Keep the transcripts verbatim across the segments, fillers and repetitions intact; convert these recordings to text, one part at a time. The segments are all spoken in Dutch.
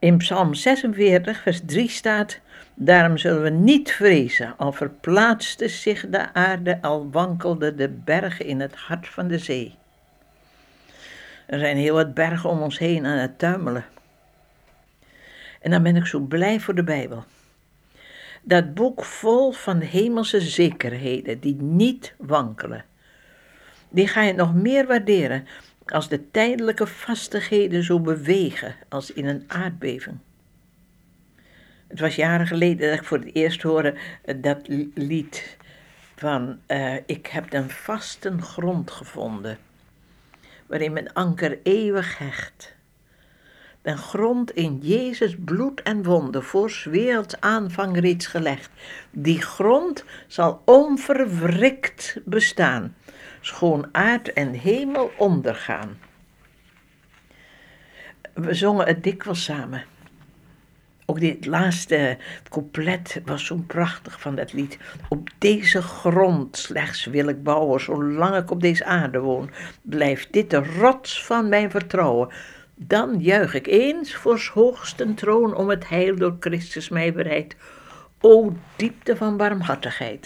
In Psalm zesenveertig, vers drie staat: daarom zullen we niet vrezen, al verplaatste zich de aarde, al wankelden de bergen in het hart van de zee. Er zijn heel wat bergen om ons heen aan het tuimelen. En dan ben ik zo blij voor de Bijbel. Dat boek vol van hemelse zekerheden die niet wankelen. Die ga je nog meer waarderen als de tijdelijke vastigheden zo bewegen als in een aardbeving. Het was jaren geleden dat ik voor het eerst hoorde dat lied van uh, ik heb een vaste grond gevonden, waarin mijn anker eeuwig hecht. Den grond in Jezus bloed en wonden, voor 's werelds aanvang reeds gelegd. Die grond zal onverwrikt bestaan, schoon aard en hemel ondergaan. We zongen het dikwijls samen. Ook dit laatste couplet was zo prachtig van dat lied. Op deze grond slechts wil ik bouwen, zolang ik op deze aarde woon. Blijft dit de rots van mijn vertrouwen. Dan juich ik eens voor 's hoogsten troon om het heil door Christus mij bereid. O diepte van barmhartigheid.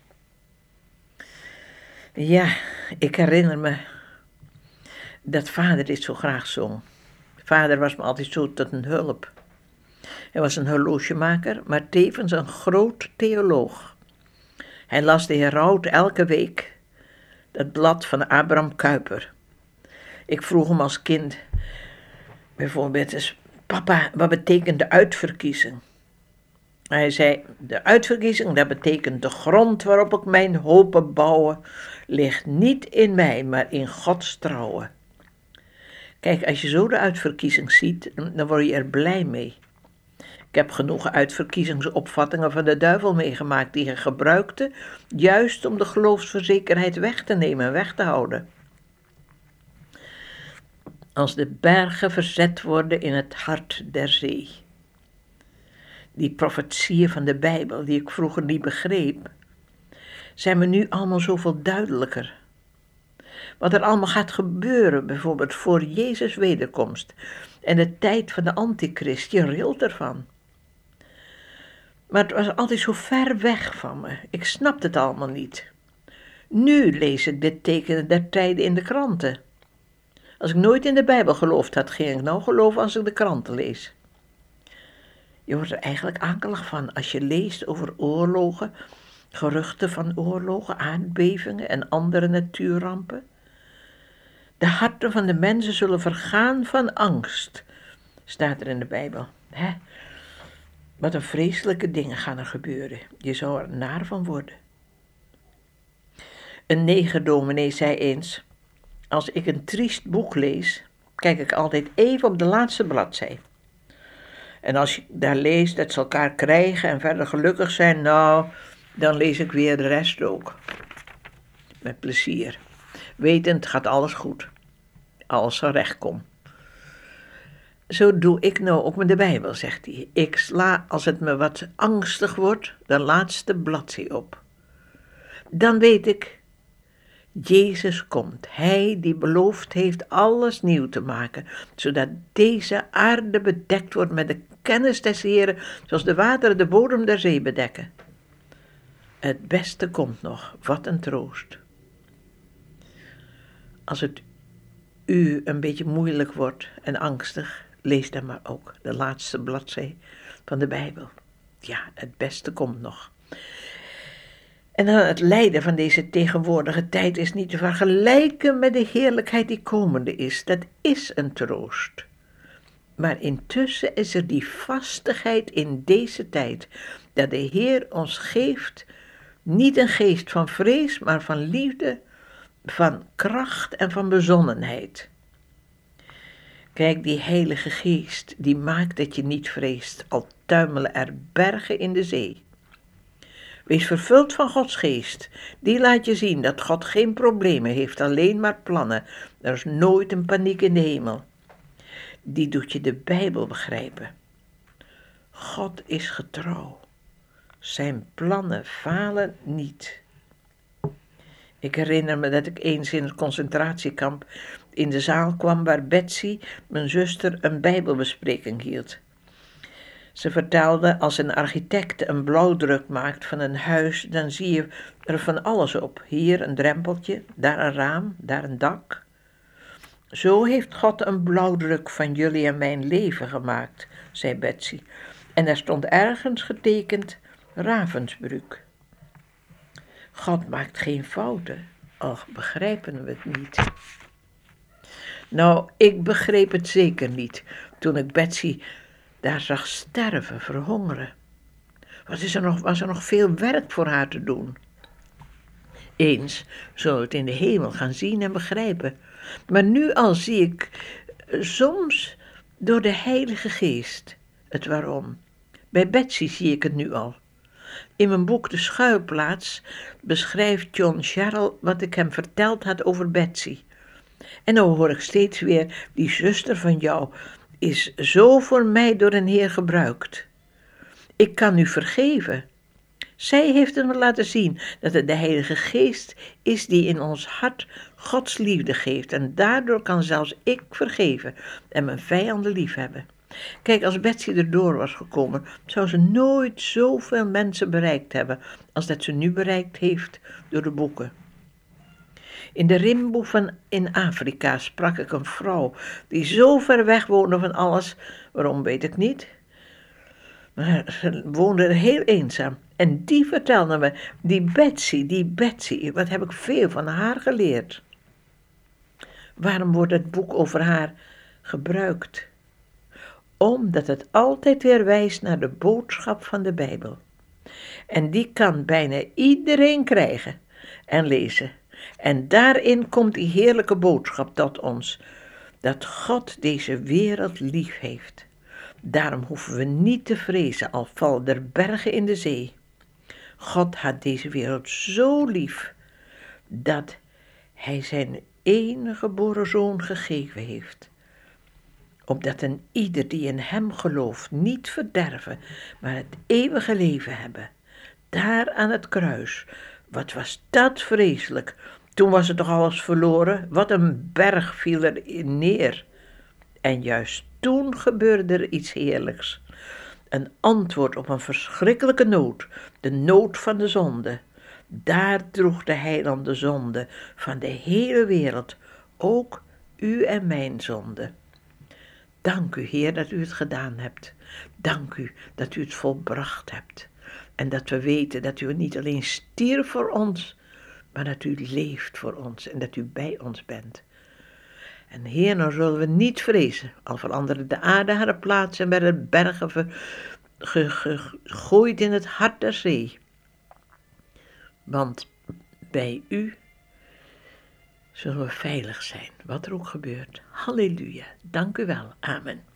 Ja, ik herinner me dat vader dit zo graag zong. Vader was me altijd zo tot een hulp. Hij was een horlogemaker, maar tevens een groot theoloog. Hij las de Heraut elke week, dat blad van Abraham Kuyper. Ik vroeg hem als kind bijvoorbeeld eens: papa, wat betekent de uitverkiezing? Hij zei: de uitverkiezing, dat betekent de grond waarop ik mijn hopen bouwen, ligt niet in mij, maar in Gods trouwen. Kijk, als je zo de uitverkiezing ziet, dan word je er blij mee. Ik heb genoeg uitverkiezingsopvattingen van de duivel meegemaakt die hij gebruikte, juist om de geloofsverzekerheid weg te nemen en weg te houden. Als de bergen verzet worden in het hart der zee. Die profetieën van de Bijbel, die ik vroeger niet begreep, zijn me nu allemaal zoveel duidelijker. Wat er allemaal gaat gebeuren, bijvoorbeeld voor Jezus' wederkomst en de tijd van de antichrist, je rilt ervan. Maar het was altijd zo ver weg van me. Ik snapte het allemaal niet. Nu lees ik dit tekenen der tijden in de kranten. Als ik nooit in de Bijbel geloofd had, ging ik nou geloven als ik de kranten lees. Je wordt er eigenlijk akelig van als je leest over oorlogen, geruchten van oorlogen, aardbevingen en andere natuurrampen. De harten van de mensen zullen vergaan van angst, staat er in de Bijbel. Hè? Wat een vreselijke dingen gaan er gebeuren. Je zou er naar van worden. Een negerdominee zei eens: als ik een triest boek lees, kijk ik altijd even op de laatste bladzij. En als je daar leest dat ze elkaar krijgen en verder gelukkig zijn, nou, dan lees ik weer de rest ook. Met plezier. Wetend gaat alles goed. Alles zal recht komen. Zo doe ik nou ook met de Bijbel, zegt hij. Ik sla, als het me wat angstig wordt, de laatste bladzij op. Dan weet ik, Jezus komt. Hij die beloofd heeft alles nieuw te maken, zodat deze aarde bedekt wordt met de kennis des Heren, zoals de wateren de bodem der zee bedekken. Het beste komt nog, wat een troost. Als het u een beetje moeilijk wordt en angstig, lees dan maar ook de laatste bladzij van de Bijbel. Ja, het beste komt nog. En dan het lijden van deze tegenwoordige tijd is niet te vergelijken met de heerlijkheid die komende is. Dat is een troost. Maar intussen is er die vastigheid in deze tijd, dat de Heer ons geeft, niet een geest van vrees, maar van liefde, van kracht en van bezonnenheid. Kijk, die Heilige Geest, die maakt dat je niet vreest, al tuimelen er bergen in de zee. Wees vervuld van Gods geest, die laat je zien dat God geen problemen heeft, alleen maar plannen. Er is nooit een paniek in de hemel. Die doet je de Bijbel begrijpen. God is getrouw. Zijn plannen falen niet. Ik herinner me dat ik eens in het concentratiekamp in de zaal kwam waar Betsy, mijn zuster, een Bijbelbespreking hield. Ze vertelde, als een architect een blauwdruk maakt van een huis, dan zie je er van alles op. Hier een drempeltje, daar een raam, daar een dak. Zo heeft God een blauwdruk van jullie en mijn leven gemaakt, zei Betsy. En er stond ergens getekend Ravensbrück. God maakt geen fouten, al begrijpen we het niet. Nou, ik begreep het zeker niet toen ik Betsy daar zag sterven, verhongeren. Was er nog, was er nog veel werk voor haar te doen? Eens zullen we het in de hemel gaan zien en begrijpen. Maar nu al zie ik soms door de Heilige Geest het waarom. Bij Betsy zie ik het nu al. In mijn boek De Schuilplaats beschrijft John Sherrill wat ik hem verteld had over Betsy. En nou hoor ik steeds weer, die zuster van jou is zo voor mij door een Heer gebruikt. Ik kan u vergeven. Zij heeft het me laten zien dat het de Heilige Geest is die in ons hart Gods liefde geeft. En daardoor kan zelfs ik vergeven en mijn vijanden liefhebben. Kijk, als Betsy erdoor was gekomen, zou ze nooit zoveel mensen bereikt hebben als dat ze nu bereikt heeft door de boeken. In de Rimboe van in Afrika sprak ik een vrouw die zo ver weg woonde van alles, waarom weet ik niet. Maar ze woonde er heel eenzaam. En die vertelde me, die Betsy, die Betsy, wat heb ik veel van haar geleerd. Waarom wordt het boek over haar gebruikt? Omdat het altijd weer wijst naar de boodschap van de Bijbel. En die kan bijna iedereen krijgen en lezen. En daarin komt die heerlijke boodschap tot ons, dat God deze wereld lief heeft. Daarom hoeven we niet te vrezen, al vallen er bergen in de zee. God had deze wereld zo lief, dat hij zijn enige geboren zoon gegeven heeft. Opdat een ieder die in hem gelooft niet verderven, maar het eeuwige leven hebben. Daar aan het kruis, wat was dat vreselijk. Toen was het toch alles verloren, wat een berg viel er neer. En juist toen gebeurde er iets heerlijks. Een antwoord op een verschrikkelijke nood, de nood van de zonde. Daar droeg de heiland de zonde van de hele wereld, ook u en mijn zonde. Dank u, Heer, dat u het gedaan hebt. Dank u dat u het volbracht hebt. En dat we weten dat u niet alleen stierf voor ons, maar dat u leeft voor ons en dat u bij ons bent. En Heer, nou zullen we niet vrezen, al veranderde de aarde haar plaats en werden bergen ver, ge, ge, gegooid in het hart der zee. Want bij u zullen we veilig zijn, wat er ook gebeurt. Halleluja, dank u wel, amen.